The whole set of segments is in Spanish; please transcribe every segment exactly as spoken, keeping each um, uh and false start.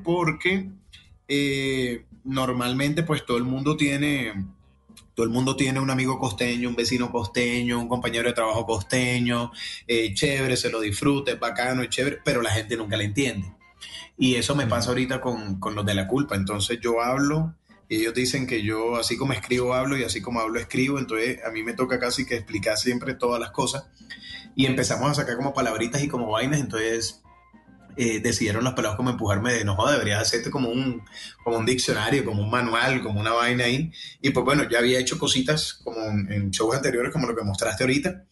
porque eh, normalmente pues todo el mundo tiene... Todo el mundo tiene un amigo costeño, un vecino costeño, un compañero de trabajo costeño, eh, chévere, se lo disfruta, es bacano, es chévere, pero la gente nunca le entiende. Y eso me pasa ahorita con, con los de la culpa. Entonces yo hablo, y ellos dicen que yo así como escribo hablo y así como hablo escribo, entonces a mí me toca casi que explicar siempre todas las cosas. Y empezamos a sacar como palabritas y como vainas, entonces... Eh, decidieron los pelados como empujarme de no joder, deberías hacerte como un, como un diccionario, como un manual, como una vaina ahí. Y pues bueno, ya había hecho cositas como en, en shows anteriores, como lo que mostraste ahorita.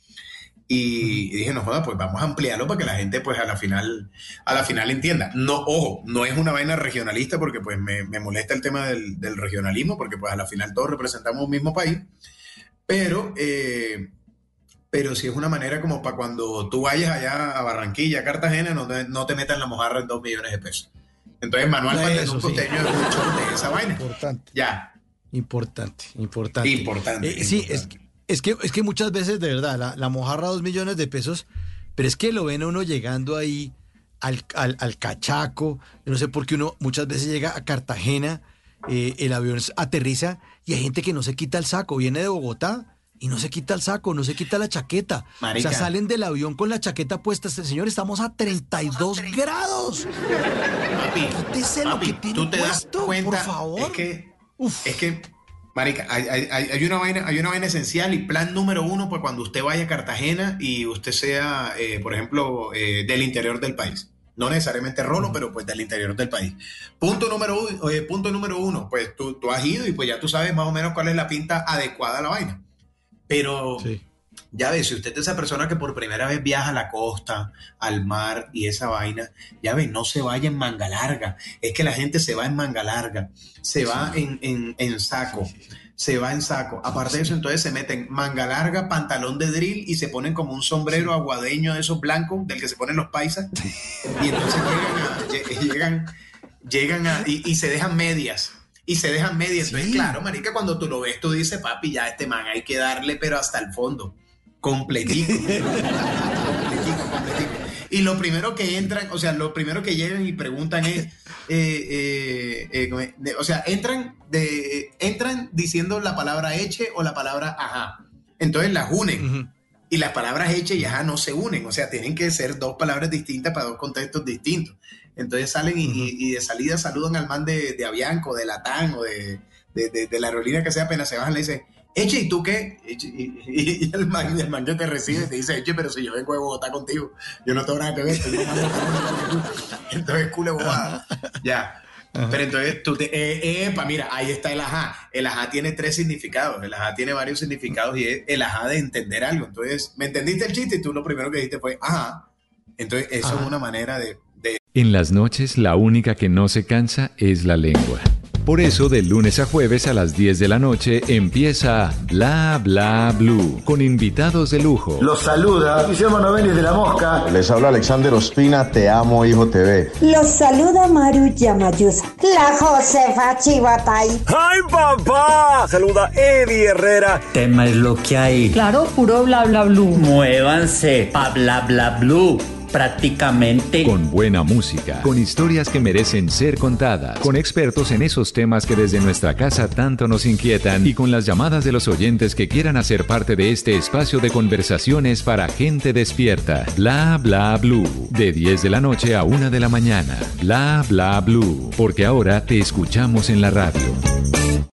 Y, y dije, no joda, pues vamos a ampliarlo para que la gente pues a la final, a la final entienda. No, ojo, no es una vaina regionalista porque pues me, me molesta el tema del, del regionalismo, porque pues a la final todos representamos un mismo país. Pero... Eh, pero sí es una manera como para cuando tú vayas allá a Barranquilla, a Cartagena, no te, no te metan la mojarra en dos millones de pesos. Entonces, manual para tener un costeño es mucho de esa vaina. Importante. Ya. Importante, importante. Importante. Eh, sí, importante. Es, que, es, que, es que muchas veces, de verdad, la, la mojarra dos millones de pesos, pero es que lo ven a uno llegando ahí al, al, al cachaco, no sé por qué uno muchas veces llega a Cartagena, eh, el avión aterriza y hay gente que no se quita el saco, viene de Bogotá, y no se quita el saco, no se quita la chaqueta. Marica. O sea, salen del avión con la chaqueta puesta. Señor, estamos a treinta y dos grados. Papi, quítese lo que tiene tú te puesto, das cuenta, por favor. Es que, Uf. es que, marica, hay, hay, hay, una vaina, hay una vaina esencial y plan número uno para cuando usted vaya a Cartagena y usted sea, eh, por ejemplo, eh, del interior del país. No necesariamente rolo, uh-huh. pero pues del interior del país. Punto número, eh, punto número uno, pues tú, tú has ido y pues ya tú sabes más o menos cuál es la pinta adecuada a la vaina. Pero sí. Ya ves, si usted es esa persona que por primera vez viaja a la costa, al mar y esa vaina, ya ves, no se vaya en manga larga. Es que la gente se va en manga larga, se va sí. en, en, en saco, sí, sí, sí. se va en saco. Aparte sí. de eso, entonces se meten manga larga, pantalón de drill y se ponen como un sombrero sí. aguadeño de esos blancos, del que se ponen los paisas. Y entonces llegan, a, llegan, llegan a, y, y se dejan medias. Y se dejan medias. Sí. Entonces, claro, marica, cuando tú lo ves, tú dices, papi, ya este man hay que darle, pero hasta el fondo. Completico. completico, completico. Y lo primero que entran, o sea, lo primero que llegan y preguntan es, eh, eh, eh, de, o sea, entran, de, entran diciendo la palabra eche o la palabra ajá. Entonces las unen. Uh-huh. Y las palabras eche y ajá no se unen. O sea, tienen que ser dos palabras distintas para dos contextos distintos. Entonces salen y, uh-huh. y, y de salida saludan al man de, de Avianco, de Latam o de, de, de, de la aerolínea que sea, apenas se bajan le dicen, Eche, ¿y tú qué? Eche, y, y, y el, man, el man que te recibe te dice, Eche, pero si yo vengo de Bogotá contigo, yo no tengo nada que ver. Entonces, culo bobada. Ya. Ajá. Pero entonces tú te... Eh, epa, mira, ahí está el ajá. El ajá tiene tres significados. El ajá tiene varios significados y es el ajá de entender algo. Entonces, ¿me entendiste el chiste? Y tú lo primero que dijiste fue ajá. Entonces, eso ajá. es una manera de... de... En las noches, la única que no se cansa es la lengua. Por eso, de lunes a jueves a las diez de la noche empieza Bla Bla Blue, con invitados de lujo. Los saluda Guillermo Novelis de La Mosca. Les habla Alexander Ospina, Te Amo Hijo T V. Los saluda Maru Yamayusa. La Josefa Chivatay. ¡Ay, papá! Saluda Eddie Herrera. Tema es lo que hay. Claro, puro Bla Bla Blue. Muévanse pa' Bla Bla Blue. Prácticamente. Con buena música, con historias que merecen ser contadas, con expertos en esos temas que desde nuestra casa tanto nos inquietan y con las llamadas de los oyentes que quieran hacer parte de este espacio de conversaciones para gente despierta. Bla Bla Blue, de diez de la noche a una de la mañana. Bla Bla Blue, porque ahora te escuchamos en la radio.